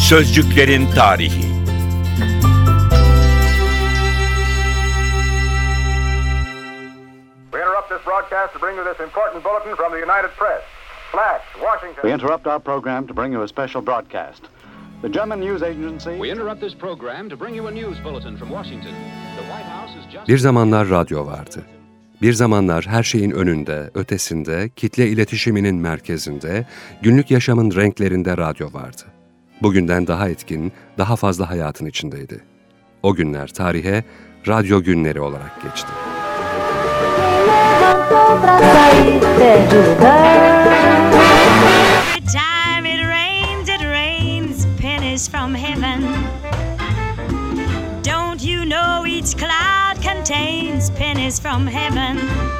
Sözcüklerin tarihi. We interrupt this broadcast to bring you this important bulletin from the United Press. Flash, Washington. We interrupt our program to bring you a special broadcast. The German news agency... We interrupt this program to bring you a news bulletin from Washington. The White House has just... Bir zamanlar radyo vardı. Bir zamanlar her şeyin önünde, ötesinde, kitle iletişiminin merkezinde, günlük yaşamın renklerinde radyo vardı. Bugünden daha etkin, daha fazla hayatın içindeydi. O günler tarihe radyo günleri olarak geçti. From heaven. Don't you know each cloud contains pennies from heaven?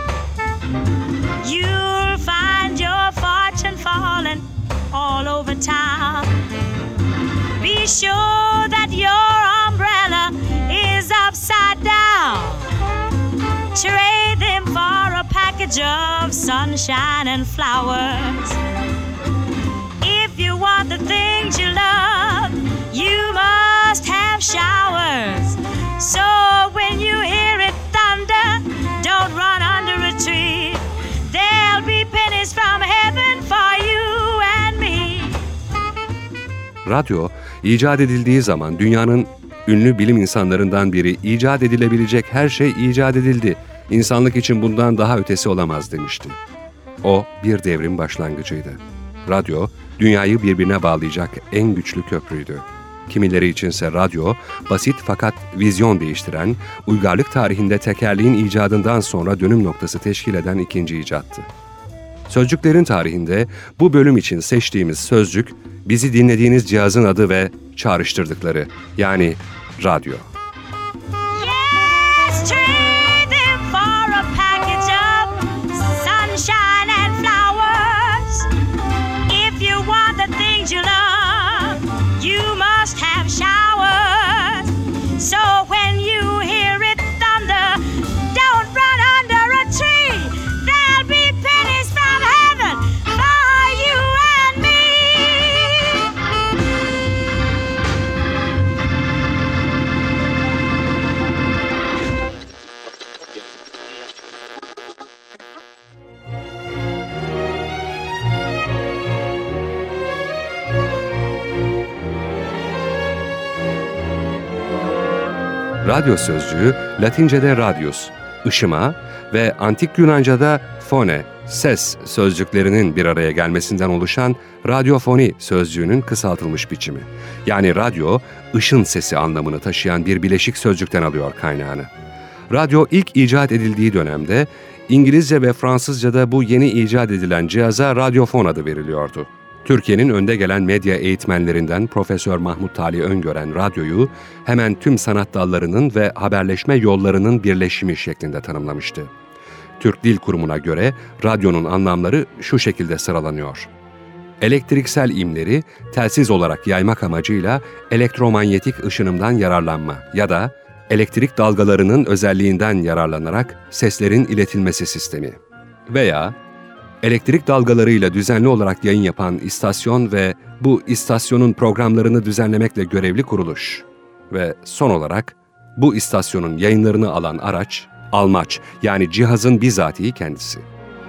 You'll find your fortune falling all over town. Be sure that your umbrella is upside down. Trade them for a package of sunshine and flowers. If you want the things you love, you must have showers. So when you hear it thunder, don't run under a tree. There'll be pennies from heaven for you and me. Radyo, icat edildiği zaman dünyanın ünlü bilim insanlarından biri icat edilebilecek her şey icat edildi. İnsanlık için bundan daha ötesi olamaz demişti. O bir devrim başlangıcıydı. Radyo, dünyayı birbirine bağlayacak en güçlü köprüydü. Kimileri içinse radyo, basit fakat vizyon değiştiren, uygarlık tarihinde tekerleğin icadından sonra dönüm noktası teşkil eden ikinci icattı. Sözcüklerin tarihinde bu bölüm için seçtiğimiz sözcük, bizi dinlediğiniz cihazın adı ve çağrıştırdıkları, yani radyo. Radyo sözcüğü, Latince'de radius, ışıma ve Antik Yunanca'da phone, ses sözcüklerinin bir araya gelmesinden oluşan radyofoni sözcüğünün kısaltılmış biçimi. Yani radyo, ışın sesi anlamını taşıyan bir bileşik sözcükten alıyor kaynağını. Radyo ilk icat edildiği dönemde, İngilizce ve Fransızca'da bu yeni icat edilen cihaza radyofon adı veriliyordu. Türkiye'nin önde gelen medya eğitmenlerinden Profesör Mahmut Talih Öngören radyoyu hemen tüm sanat dallarının ve haberleşme yollarının birleşimi şeklinde tanımlamıştı. Türk Dil Kurumu'na göre radyonun anlamları şu şekilde sıralanıyor. Elektriksel imleri telsiz olarak yaymak amacıyla elektromanyetik ışınımdan yararlanma ya da elektrik dalgalarının özelliğinden yararlanarak seslerin iletilmesi sistemi veya elektrik dalgalarıyla düzenli olarak yayın yapan istasyon ve bu istasyonun programlarını düzenlemekle görevli kuruluş ve son olarak bu istasyonun yayınlarını alan araç, almaç yani cihazın bizatihi kendisi.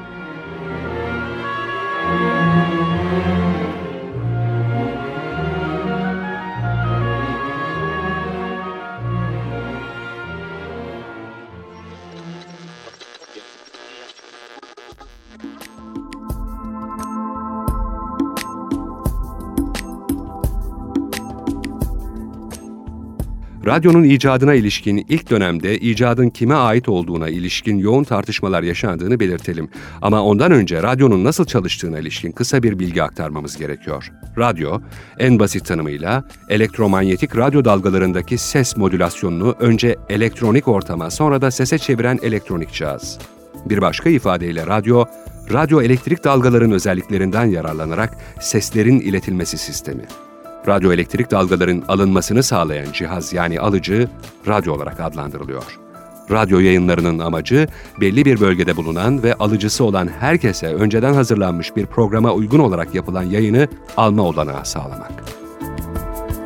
Radyonun icadına ilişkin ilk dönemde icadın kime ait olduğuna ilişkin yoğun tartışmalar yaşandığını belirtelim. Ama ondan önce radyonun nasıl çalıştığına ilişkin kısa bir bilgi aktarmamız gerekiyor. Radyo, en basit tanımıyla elektromanyetik radyo dalgalarındaki ses modülasyonunu önce elektronik ortama sonra da sese çeviren elektronik cihaz. Bir başka ifadeyle radyo elektrik dalgaların özelliklerinden yararlanarak seslerin iletilmesi sistemi. Radyoelektrik dalgaların alınmasını sağlayan cihaz yani alıcı, radyo olarak adlandırılıyor. Radyo yayınlarının amacı, belli bir bölgede bulunan ve alıcısı olan herkese önceden hazırlanmış bir programa uygun olarak yapılan yayını alma olanağı sağlamak.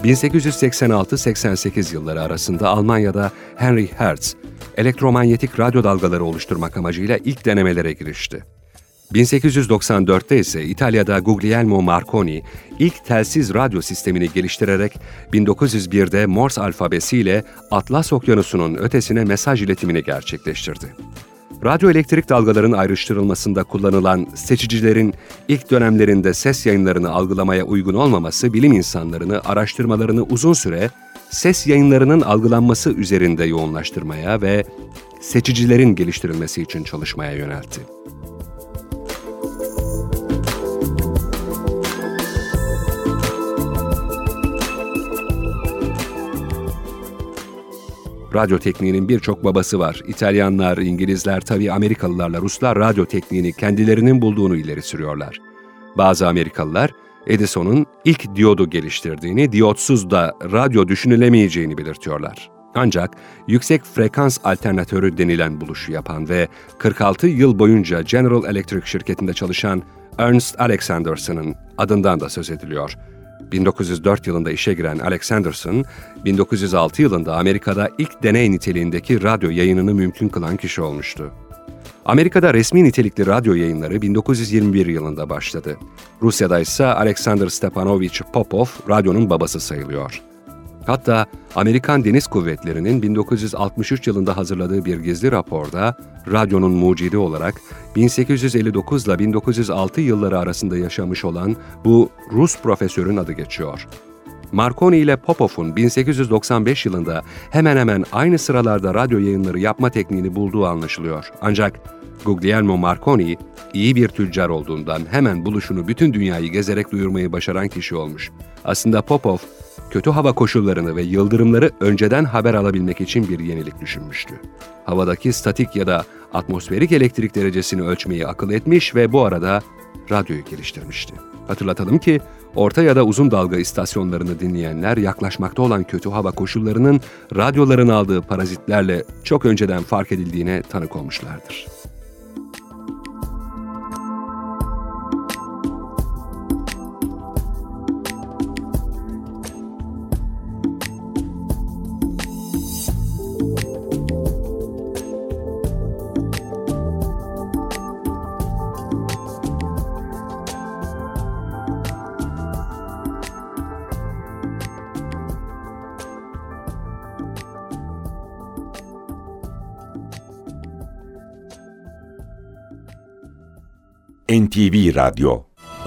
1886-88 yılları arasında Almanya'da Henry Hertz, elektromanyetik radyo dalgaları oluşturmak amacıyla ilk denemelere girişti. 1894'te ise İtalya'da Guglielmo Marconi ilk telsiz radyo sistemini geliştirerek 1901'de Morse alfabesiyle Atlas Okyanusu'nun ötesine mesaj iletimini gerçekleştirdi. Radyoelektrik dalgaların ayrıştırılmasında kullanılan seçicilerin ilk dönemlerinde ses yayınlarını algılamaya uygun olmaması bilim insanlarını araştırmalarını uzun süre ses yayınlarının algılanması üzerinde yoğunlaştırmaya ve seçicilerin geliştirilmesi için çalışmaya yöneltti. Radyo tekniğinin birçok babası var. İtalyanlar, İngilizler, tabii Amerikalılarla Ruslar radyo tekniğini kendilerinin bulduğunu ileri sürüyorlar. Bazı Amerikalılar, Edison'un ilk diyodu geliştirdiğini, diyotsuz da radyo düşünülemeyeceğini belirtiyorlar. Ancak yüksek frekans alternatörü denilen buluşu yapan ve 46 yıl boyunca General Electric şirketinde çalışan Ernst Alexanderson'ın adından da söz ediliyor. 1904 yılında işe giren Alexanderson, 1906 yılında Amerika'da ilk deney niteliğindeki radyo yayınını mümkün kılan kişi olmuştu. Amerika'da resmi nitelikli radyo yayınları 1921 yılında başladı. Rusya'da ise Alexander Stepanovich Popov radyonun babası sayılıyor. Hatta Amerikan Deniz Kuvvetleri'nin 1963 yılında hazırladığı bir gizli raporda radyonun mucidi olarak 1859 ile 1906 yılları arasında yaşamış olan bu Rus profesörün adı geçiyor. Marconi ile Popov'un 1895 yılında hemen hemen aynı sıralarda radyo yayınları yapma tekniğini bulduğu anlaşılıyor. Ancak Guglielmo Marconi iyi bir tüccar olduğundan hemen buluşunu bütün dünyayı gezerek duyurmayı başaran kişi olmuş. Aslında Popov, kötü hava koşullarını ve yıldırımları önceden haber alabilmek için bir yenilik düşünmüştü. Havadaki statik ya da atmosferik elektrik derecesini ölçmeyi akıl etmiş ve bu arada radyoyu geliştirmişti. Hatırlatalım ki orta ya da uzun dalga istasyonlarını dinleyenler yaklaşmakta olan kötü hava koşullarının radyoların aldığı parazitlerle çok önceden fark edildiğine tanık olmuşlardır. NTV Radyo.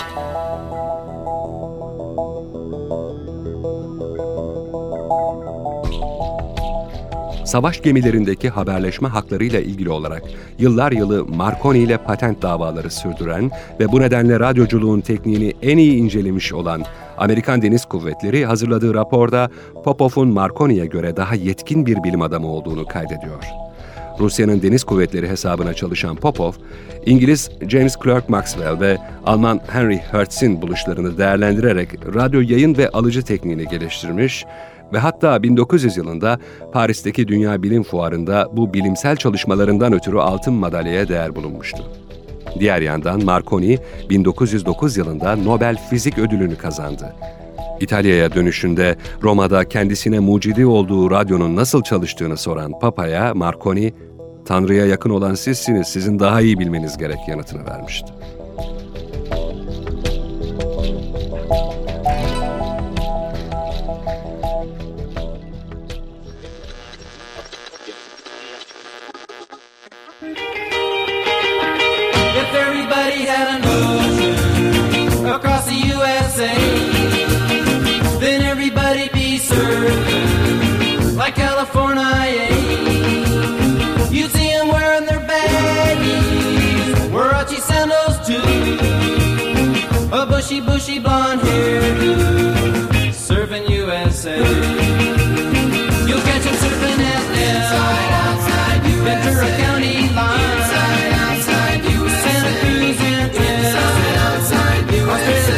Savaş gemilerindeki haberleşme haklarıyla ilgili olarak yıllar yılı Marconi ile patent davaları sürdüren ve bu nedenle radyoculuğun tekniğini en iyi incelemiş olan Amerikan Deniz Kuvvetleri hazırladığı raporda Popov'un Marconi'ye göre daha yetkin bir bilim adamı olduğunu kaydediyor. Rusya'nın Deniz Kuvvetleri hesabına çalışan Popov, İngiliz James Clerk Maxwell ve Alman Henry Hertz'in buluşlarını değerlendirerek radyo yayın ve alıcı tekniğini geliştirmiş ve hatta 1900 yılında Paris'teki Dünya Bilim Fuarı'nda bu bilimsel çalışmalarından ötürü altın madalyaya değer bulunmuştu. Diğer yandan Marconi, 1909 yılında Nobel Fizik Ödülünü kazandı. İtalya'ya dönüşünde Roma'da kendisine mucidi olduğu radyonun nasıl çalıştığını soran Papa'ya Marconi, "Tanrı'ya yakın olan sizsiniz, sizin daha iyi bilmeniz gerek" yanıtını vermişti. If everybody had an ocean across the USA, then everybody'd be served like California. You'd see them wearing their baggies, Warachi sandals too, a bushy blonde hairdo, surfing USA. You'll catch them surfing at the Ventura County line, outside USA, Santa Cruz and Australia's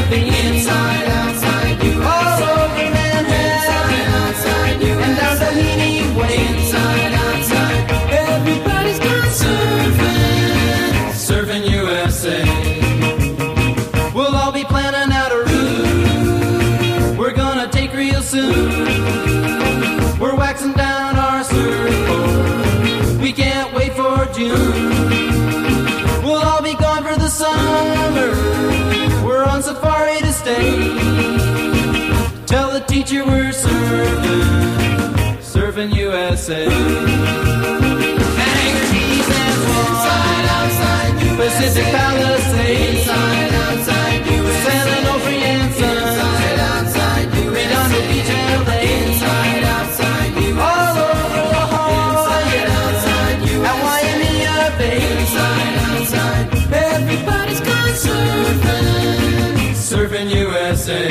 Caribbean, all over Manhattan, and down to soon. We're waxing down our circle. We can't wait for June. We'll all be gone for the summer. We're on safari to stay. Tell the teacher we're surfing USA. Anchorage and inside, outside USA. Pacific Palisades, inside, outside USA. San Onofre and Sun, inside, outside USA. Redondo Beach, LA, inside, outside USA. All over La Jolla, inside, outside USA. At Waimea Bay, inside, outside. Everybody's gone surfing USA.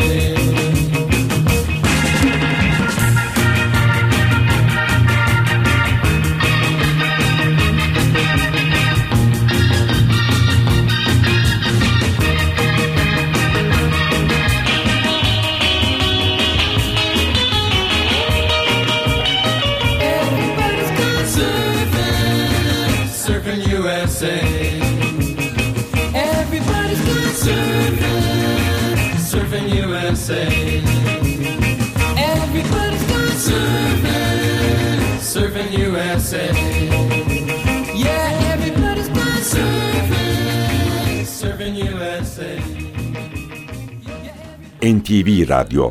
Everybody's gone surfing USA. Everybody's gone surfing USA. Yeah, everybody's gone surfing USA. NTV Radyo.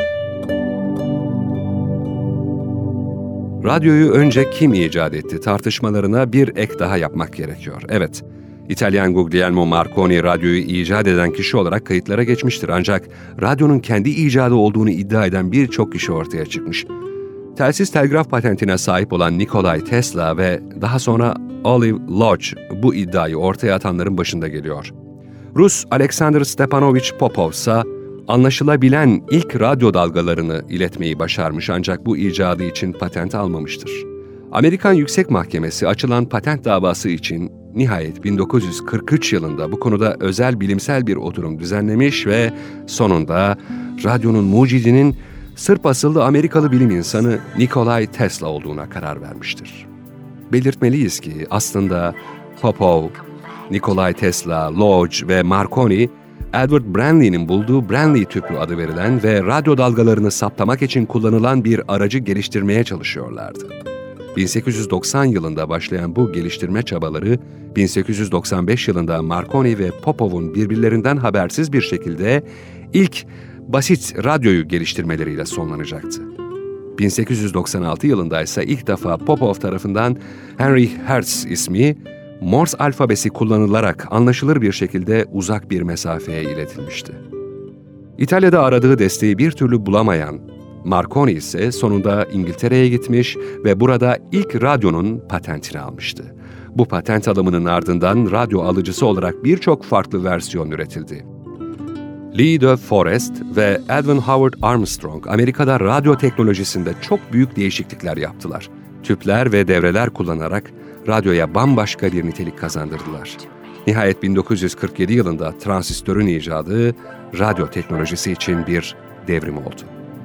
Radyoyu önce kim icat etti tartışmalarına bir ek daha yapmak gerekiyor. Evet, İtalyan Guglielmo Marconi radyoyu icat eden kişi olarak kayıtlara geçmiştir. Ancak radyonun kendi icadı olduğunu iddia eden birçok kişi ortaya çıkmış. Telsiz telgraf patentine sahip olan Nikola Tesla ve daha sonra Olive Lodge bu iddiayı ortaya atanların başında geliyor. Rus Alexander Stepanovich Popov ise anlaşılabilen ilk radyo dalgalarını iletmeyi başarmış ancak bu icadı için patent almamıştır. Amerikan Yüksek Mahkemesi açılan patent davası için nihayet 1943 yılında bu konuda özel bilimsel bir oturum düzenlemiş ve sonunda radyonun mucidinin Sırp asıllı Amerikalı bilim insanı Nikola Tesla olduğuna karar vermiştir. Belirtmeliyiz ki aslında Popov, Nikola Tesla, Lodge ve Marconi, Edward Branly'nin bulduğu Branly tüpü adı verilen ve radyo dalgalarını saptamak için kullanılan bir aracı geliştirmeye çalışıyorlardı. 1890 yılında başlayan bu geliştirme çabaları, 1895 yılında Marconi ve Popov'un birbirlerinden habersiz bir şekilde ilk basit radyoyu geliştirmeleriyle sonlanacaktı. 1896 yılında ise ilk defa Popov tarafından Henry Hertz ismi, Morse alfabesi kullanılarak anlaşılır bir şekilde uzak bir mesafeye iletilmişti. İtalya'da aradığı desteği bir türlü bulamayan Marconi ise sonunda İngiltere'ye gitmiş ve burada ilk radyonun patentini almıştı. Bu patent alımının ardından radyo alıcısı olarak birçok farklı versiyon üretildi. Lee De Forest ve Edwin Howard Armstrong Amerika'da radyo teknolojisinde çok büyük değişiklikler yaptılar. Tüpler ve devreler kullanarak radyoya bambaşka bir nitelik kazandırdılar. Nihayet 1947 yılında transistörün icadı radyo teknolojisi için bir devrim oldu.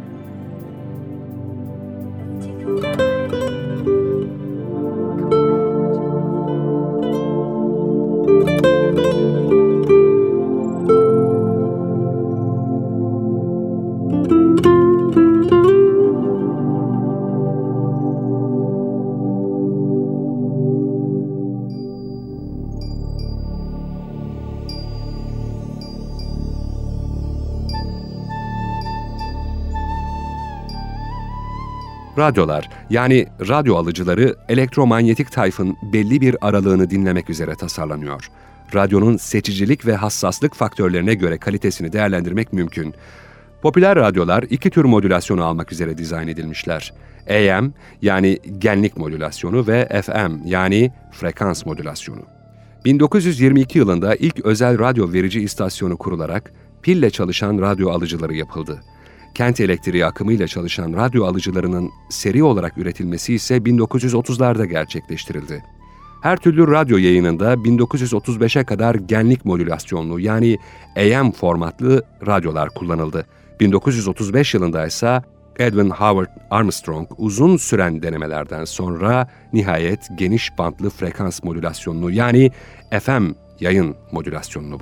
Radyolar, yani radyo alıcıları elektromanyetik tayfın belli bir aralığını dinlemek üzere tasarlanıyor. Radyonun seçicilik ve hassaslık faktörlerine göre kalitesini değerlendirmek mümkün. Popüler radyolar iki tür modülasyonu almak üzere dizayn edilmişler. AM yani genlik modülasyonu ve FM yani frekans modülasyonu. 1922 yılında ilk özel radyo verici istasyonu kurularak pille çalışan radyo alıcıları yapıldı. Kent elektriği akımıyla çalışan radyo alıcılarının seri olarak üretilmesi ise 1930'larda gerçekleştirildi. Her türlü radyo yayınında 1935'e kadar genlik modülasyonlu yani AM formatlı radyolar kullanıldı. 1935 yılında ise Edwin Howard Armstrong uzun süren denemelerden sonra nihayet geniş bantlı frekans modülasyonunu yani FM yayın modülasyonunu buldu. 。 . 。 . 。 . 。 . 。. 。. 。. 。. 。. 。. 。. 。. 。. 。. . . 。. 。. 。. 。. 。. 。. 。. 。. 。. 。. 。. 。. 。. 。. 。. 。. 。. 。. 。. 。. 。. .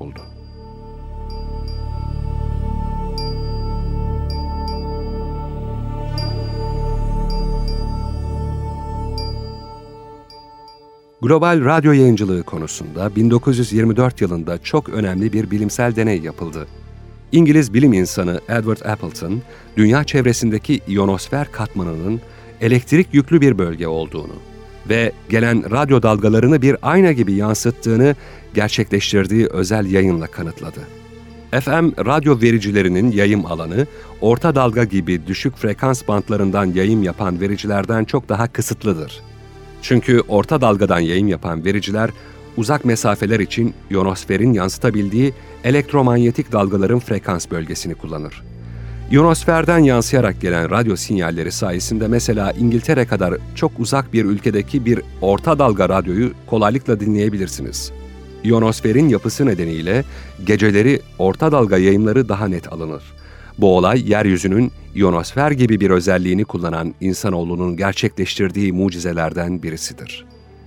Global radyo yayıncılığı konusunda 1924 yılında çok önemli bir bilimsel deney yapıldı. İngiliz bilim insanı Edward Appleton, dünya çevresindeki iyonosfer katmanının elektrik yüklü bir bölge olduğunu ve gelen radyo dalgalarını bir ayna gibi yansıttığını gerçekleştirdiği özel yayınla kanıtladı. FM radyo vericilerinin yayım alanı, orta dalga gibi düşük frekans bantlarından yayım yapan vericilerden çok daha kısıtlıdır. Çünkü orta dalgadan yayım yapan vericiler, uzak mesafeler için iyonosferin yansıtabildiği elektromanyetik dalgaların frekans bölgesini kullanır. İyonosferden yansıyarak gelen radyo sinyalleri sayesinde mesela İngiltere kadar çok uzak bir ülkedeki bir orta dalga radyoyu kolaylıkla dinleyebilirsiniz. İyonosferin yapısı nedeniyle geceleri orta dalga yayımları daha net alınır. Bu olay, yeryüzünün iyonosfer gibi bir özelliğini kullanan insanoğlunun gerçekleştirdiği mucizelerden birisidir.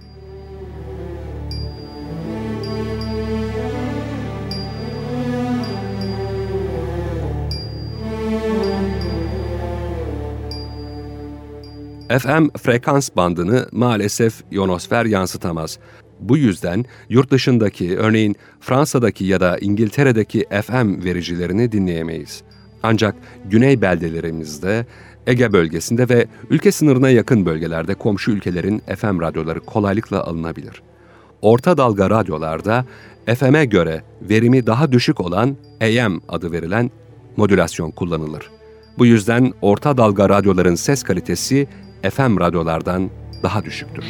FM frekans bandını maalesef iyonosfer yansıtamaz. Bu yüzden yurt dışındaki, örneğin Fransa'daki ya da İngiltere'deki FM vericilerini dinleyemeyiz. Ancak güney beldelerimizde, Ege bölgesinde ve ülke sınırına yakın bölgelerde komşu ülkelerin FM radyoları kolaylıkla alınabilir. Orta dalga radyolarda FM'e göre verimi daha düşük olan AM adı verilen modülasyon kullanılır. Bu yüzden orta dalga radyoların ses kalitesi FM radyolardan daha düşüktür.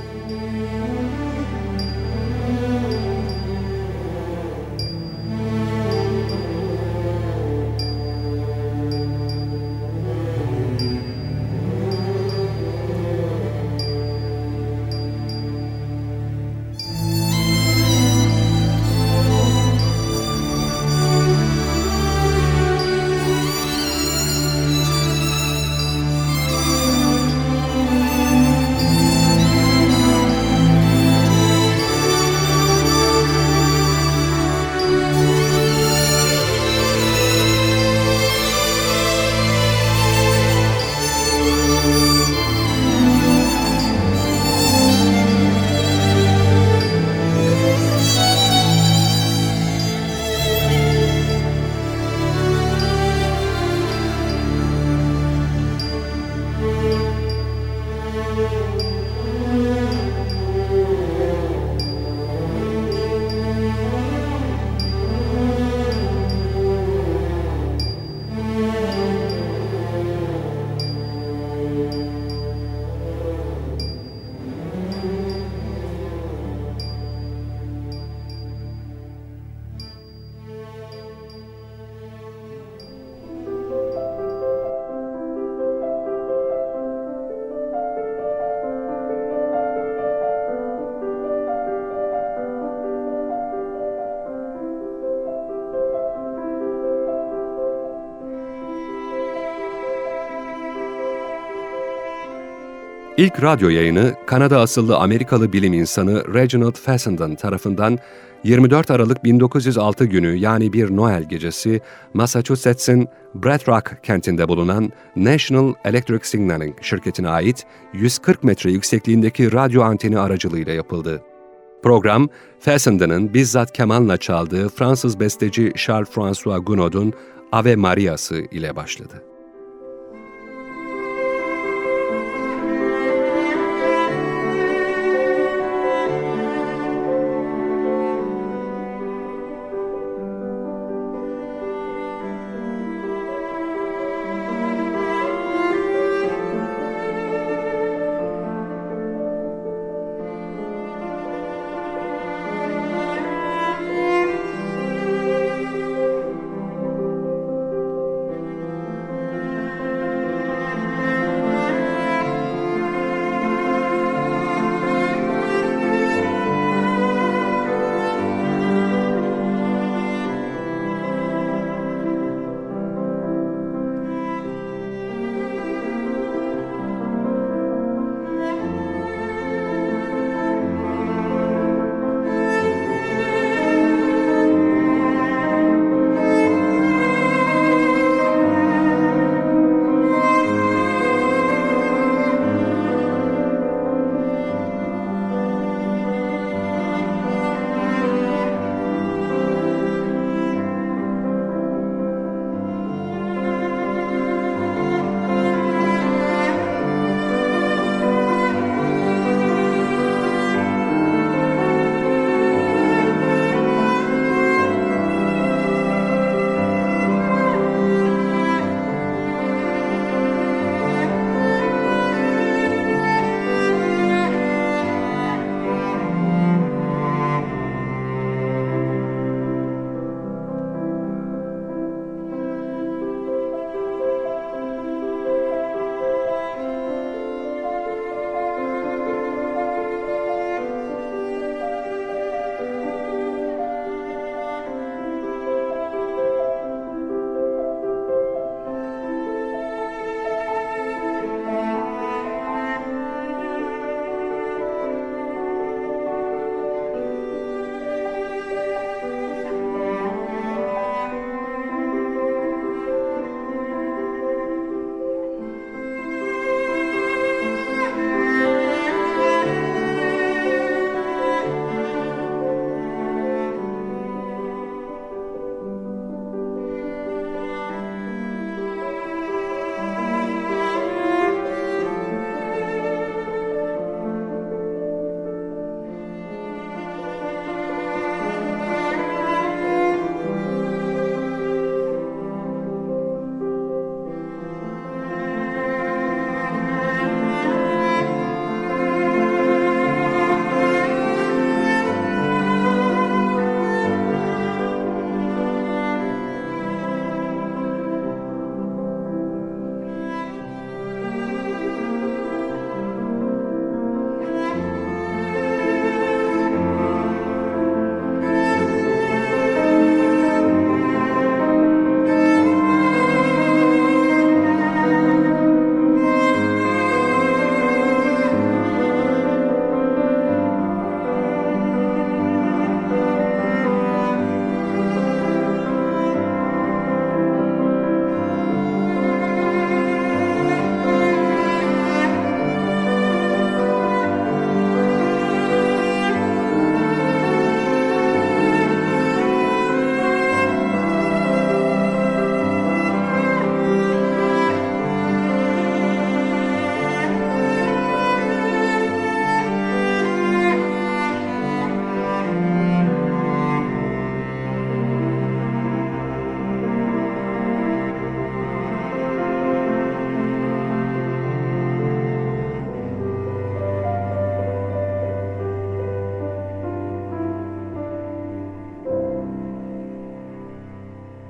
İlk radyo yayını Kanada asıllı Amerikalı bilim insanı Reginald Fessenden tarafından 24 Aralık 1906 günü, yani bir Noel gecesi, Massachusetts'in Brett Rock kentinde bulunan National Electric Signaling şirketine ait 140 metre yüksekliğindeki radyo anteni aracılığıyla yapıldı. Program, Fessenden'ın bizzat kemanla çaldığı Fransız besteci Charles-François Gounod'un Ave Maria'sı ile başladı.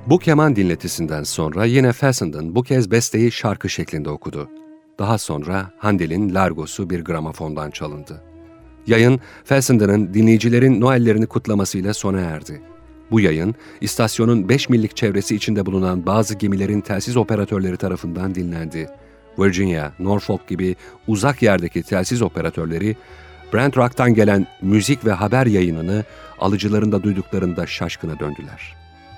Bu keman dinletisinden sonra yine Fessenden bu kez besteyi şarkı şeklinde okudu. Daha sonra Handel'in Largosu bir gramofondan çalındı. Yayın, Fessenden'ın dinleyicilerin Noel'lerini kutlamasıyla sona erdi. Bu yayın, istasyonun 5 millik çevresi içinde bulunan bazı gemilerin telsiz operatörleri tarafından dinlendi. Virginia, Norfolk gibi uzak yerdeki telsiz operatörleri, Brent Rock'tan gelen müzik ve haber yayınını alıcılarında duyduklarında şaşkına döndüler.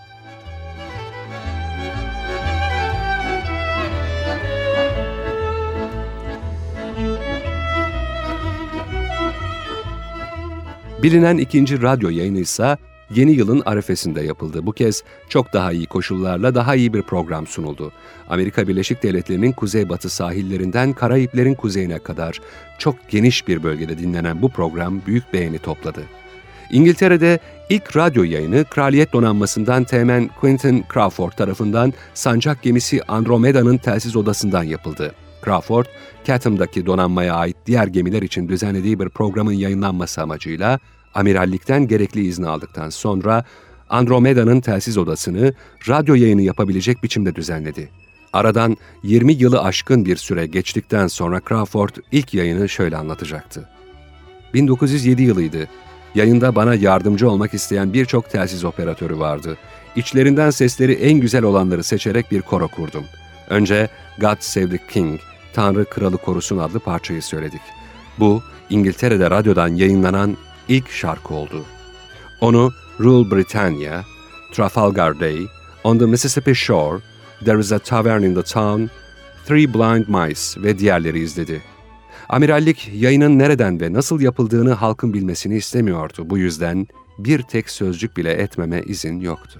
Bilinen ikinci radyo yayını ise yeni yılın arifesinde yapıldı. Bu kez çok daha iyi koşullarla daha iyi bir program sunuldu. Amerika Birleşik Devletleri'nin kuzeybatı sahillerinden Karayiplerin kuzeyine kadar çok geniş bir bölgede dinlenen bu program büyük beğeni topladı. İngiltere'de ilk radyo yayını Kraliyet Donanması'ndan Teğmen Quentin Crawford tarafından sancak gemisi Andromeda'nın telsiz odasından yapıldı. Crawford, Chatham'daki donanmaya ait diğer gemiler için düzenlediği bir programın yayınlanması amacıyla amirallikten gerekli izni aldıktan sonra Andromeda'nın telsiz odasını radyo yayını yapabilecek biçimde düzenledi. Aradan 20 yılı aşkın bir süre geçtikten sonra Crawford ilk yayını şöyle anlatacaktı. 1907 yılıydı. Yayında bana yardımcı olmak isteyen birçok telsiz operatörü vardı. İçlerinden sesleri en güzel olanları seçerek bir koro kurdum. Önce God Save the King, Tanrı Kralı Korusun adlı parçayı söyledik. Bu, İngiltere'de radyodan yayınlanan ilk şarkı oldu. Onu Rule Britannia, Trafalgar Day, On the Mississippi Shore, There is a Tavern in the Town, Three Blind Mice ve diğerleri izledi. Amirallik yayının nereden ve nasıl yapıldığını halkın bilmesini istemiyordu. Bu yüzden bir tek sözcük bile etmeme izin yoktu.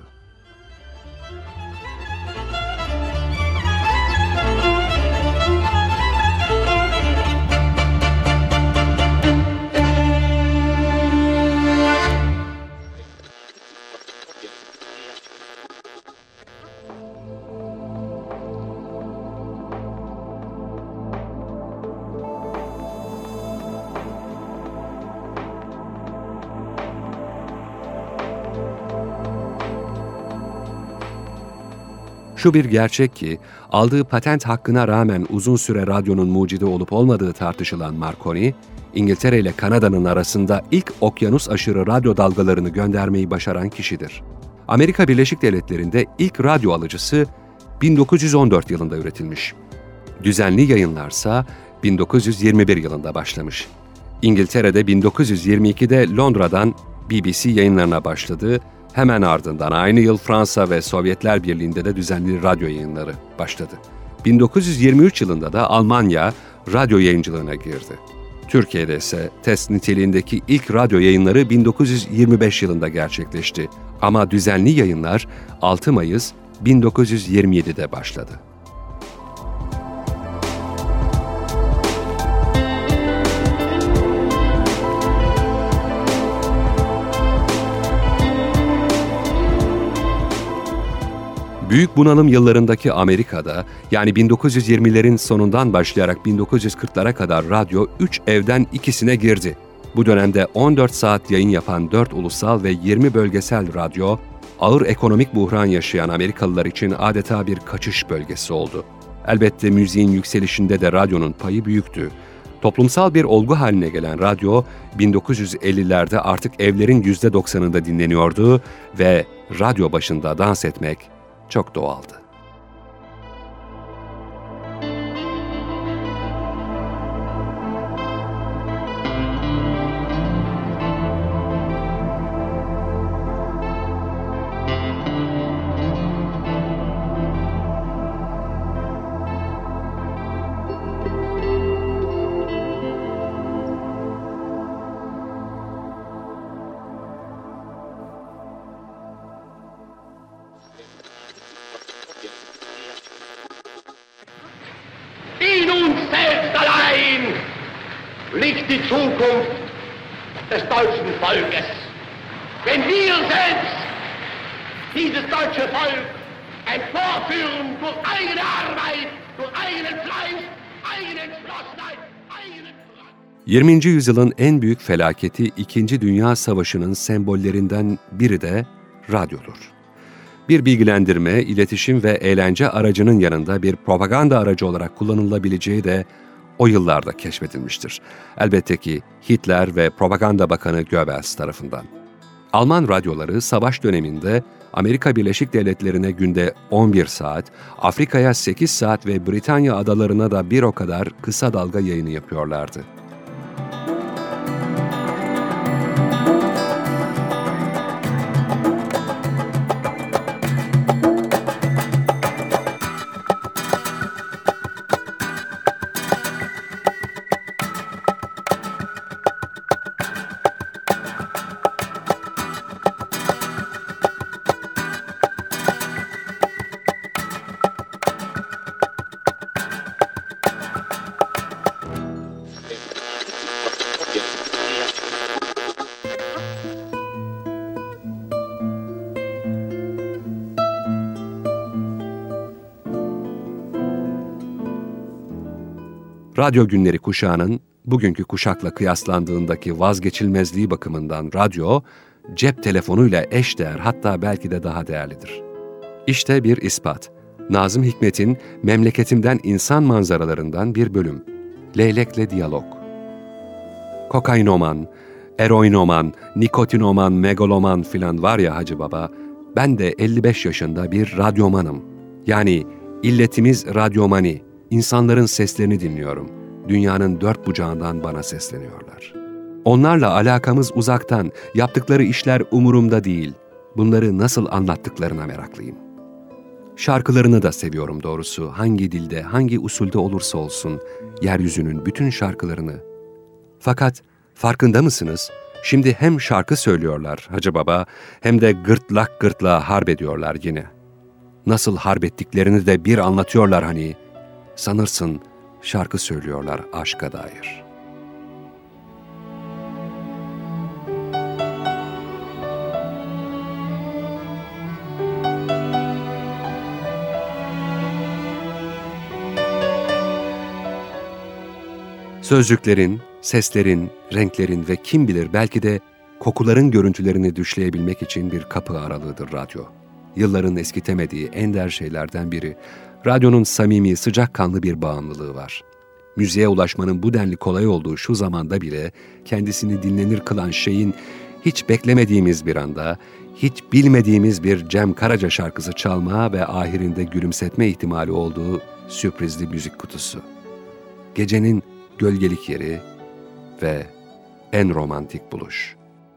Şu bir gerçek ki, aldığı patent hakkına rağmen uzun süre radyonun mucidi olup olmadığı tartışılan Marconi, İngiltere ile Kanada'nın arasında ilk okyanus aşırı radyo dalgalarını göndermeyi başaran kişidir. Amerika Birleşik Devletleri'nde ilk radyo alıcısı 1914 yılında üretilmiş. Düzenli yayınlarsa 1921 yılında başlamış. İngiltere'de 1922'de Londra'dan BBC yayınlarına başladı. Hemen ardından aynı yıl Fransa ve Sovyetler Birliği'nde de düzenli radyo yayınları başladı. 1923 yılında da Almanya radyo yayıncılığına girdi. Türkiye'de ise test niteliğindeki ilk radyo yayınları 1925 yılında gerçekleşti. Ama düzenli yayınlar 6 Mayıs 1927'de başladı. Büyük bunalım yıllarındaki Amerika'da, yani 1920'lerin sonundan başlayarak 1940'lara kadar radyo 3 evden ikisine girdi. Bu dönemde 14 saat yayın yapan 4 ulusal ve 20 bölgesel radyo, ağır ekonomik buhran yaşayan Amerikalılar için adeta bir kaçış bölgesi oldu. Elbette müziğin yükselişinde de radyonun payı büyüktü. Toplumsal bir olgu haline gelen radyo, 1950'lerde artık evlerin %90'ında dinleniyordu ve radyo başında dans etmek çok doğaldı. In uns selbst allein liegt die Zukunft des deutschen Volkes. Wenn wir selbst dieses deutsche Volk emporführen durch eigene Arbeit, durch eigenen Fleiß, eigene Entschlossenheit, eigenen Kraft. 20. yüzyılın en büyük felaketi 2. Dünya Savaşı'nın sembollerinden biri de radyodur. Bir bilgilendirme, iletişim ve eğlence aracının yanında bir propaganda aracı olarak kullanılabileceği de o yıllarda keşfedilmiştir. Elbette ki Hitler ve Propaganda Bakanı Goebbels tarafından. Alman radyoları savaş döneminde Amerika Birleşik Devletleri'ne günde 11 saat, Afrika'ya 8 saat ve Britanya adalarına da bir o kadar kısa dalga yayını yapıyorlardı. Radyo günleri kuşağının bugünkü kuşakla kıyaslandığındaki vazgeçilmezliği bakımından radyo, cep telefonuyla eşdeğer, hatta belki de daha değerlidir. İşte bir ispat. Nazım Hikmet'in Memleketimden İnsan Manzaralarından bir bölüm. Leylekle diyalog. Kokainoman, eroinoman, nikotinoman, megaloman filan var ya Hacı Baba, ben de 55 yaşında bir radyomanım. Yani illetimiz radyomani. İnsanların seslerini dinliyorum. Dünyanın dört bucağından bana sesleniyorlar. Onlarla alakamız uzaktan, yaptıkları işler umurumda değil. Bunları nasıl anlattıklarına meraklıyım. Şarkılarını da seviyorum doğrusu. Hangi dilde, hangi usulde olursa olsun, yeryüzünün bütün şarkılarını. Fakat farkında mısınız? Şimdi hem şarkı söylüyorlar Hacı Baba, hem de gırtlak gırtlağa harp ediyorlar yine. Nasıl harp ettiklerini de bir anlatıyorlar hani. Sanırsın şarkı söylüyorlar aşka dair. Sözcüklerin, seslerin, renklerin ve kim bilir belki de kokuların görüntülerini düşleyebilmek için bir kapı aralığıdır radyo. Yılların eskitemediği ender şeylerden biri. Radyonun samimi, sıcakkanlı bir bağımlılığı var. Müziğe ulaşmanın bu denli kolay olduğu şu zamanda bile kendisini dinlenir kılan şeyin hiç beklemediğimiz bir anda, hiç bilmediğimiz bir Cem Karaca şarkısı çalma ve ahirinde gülümsetme ihtimali olduğu sürprizli müzik kutusu. Gecenin gölgelik yeri ve en romantik buluş.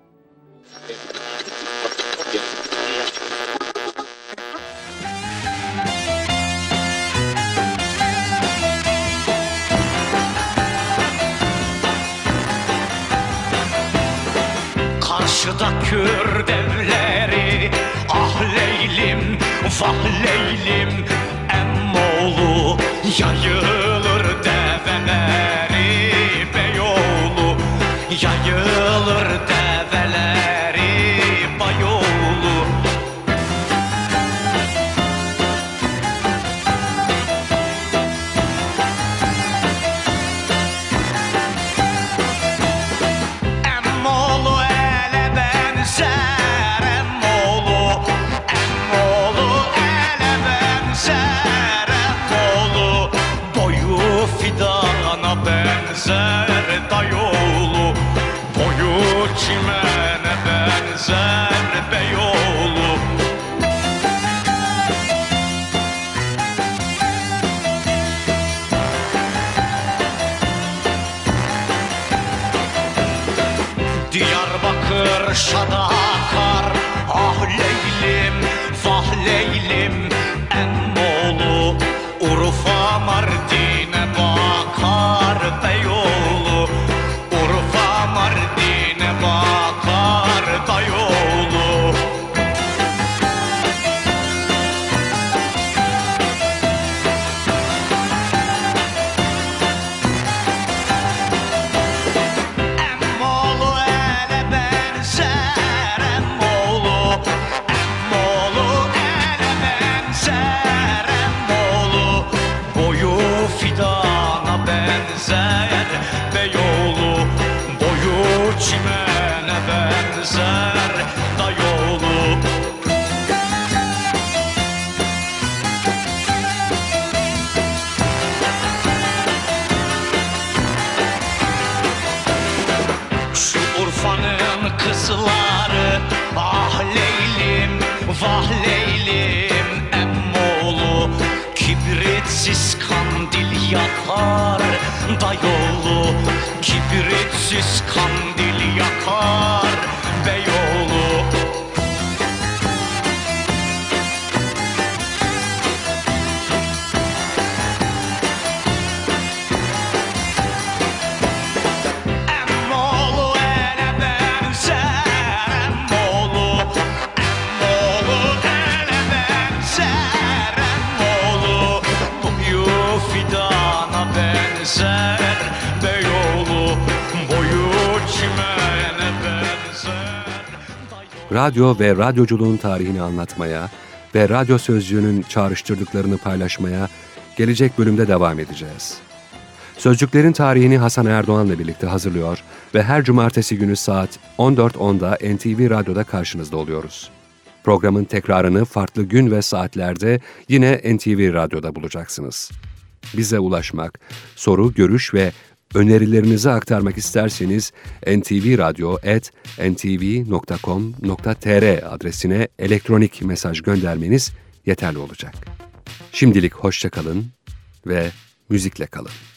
Karşıda Kür devleri, ah Leylim, vah Leylim, emmoğlu yayılır develeri, beyoğlu yayılır develeri, bayoğlu. Emmoğlu ele benzer, emmoğlu, emmoğlu ele benzer, emmoğlu, boyu fidana benzer, dayoğlu, boyu çimene benzer, beyoğlu. Diyarbakır şada akar, ah Leylim, vah Leylim, emmoğlu, Urfa Mardin'e bakar, beyoğlu, Urfa Mardin'e bakar, dayoğlu. Emmoğlu ele benzer, emmoğlu, emmoğlu ele kızları. Ah Leylim, vah Leylim emmoğlu, kibritsiz kandil yakar dayıoğlu, kibritsiz kandil yakar beyoğlu. Emmoğlu ele benzer, emmoğlu, emmoğlu ele benzer, emmoğlu, boyu fidana benzer beyoğlu, boyu çimene benzer. Radyo ve radyoculuğun tarihini anlatmaya ve radyo sözcüğünün çağrıştırdıklarını paylaşmaya gelecek bölümde devam edeceğiz. Sözcüklerin tarihini Hasan Erdoğan'la birlikte hazırlıyor ve her cumartesi günü saat 14.10'da NTV Radyo'da karşınızda oluyoruz. Programın tekrarını farklı gün ve saatlerde yine NTV Radyo'da bulacaksınız. Bize ulaşmak, soru, görüş ve önerilerinizi aktarmak isterseniz ntvradio@ntv.com.tr adresine elektronik mesaj göndermeniz yeterli olacak. Şimdilik hoşça kalın ve müzikle kalın.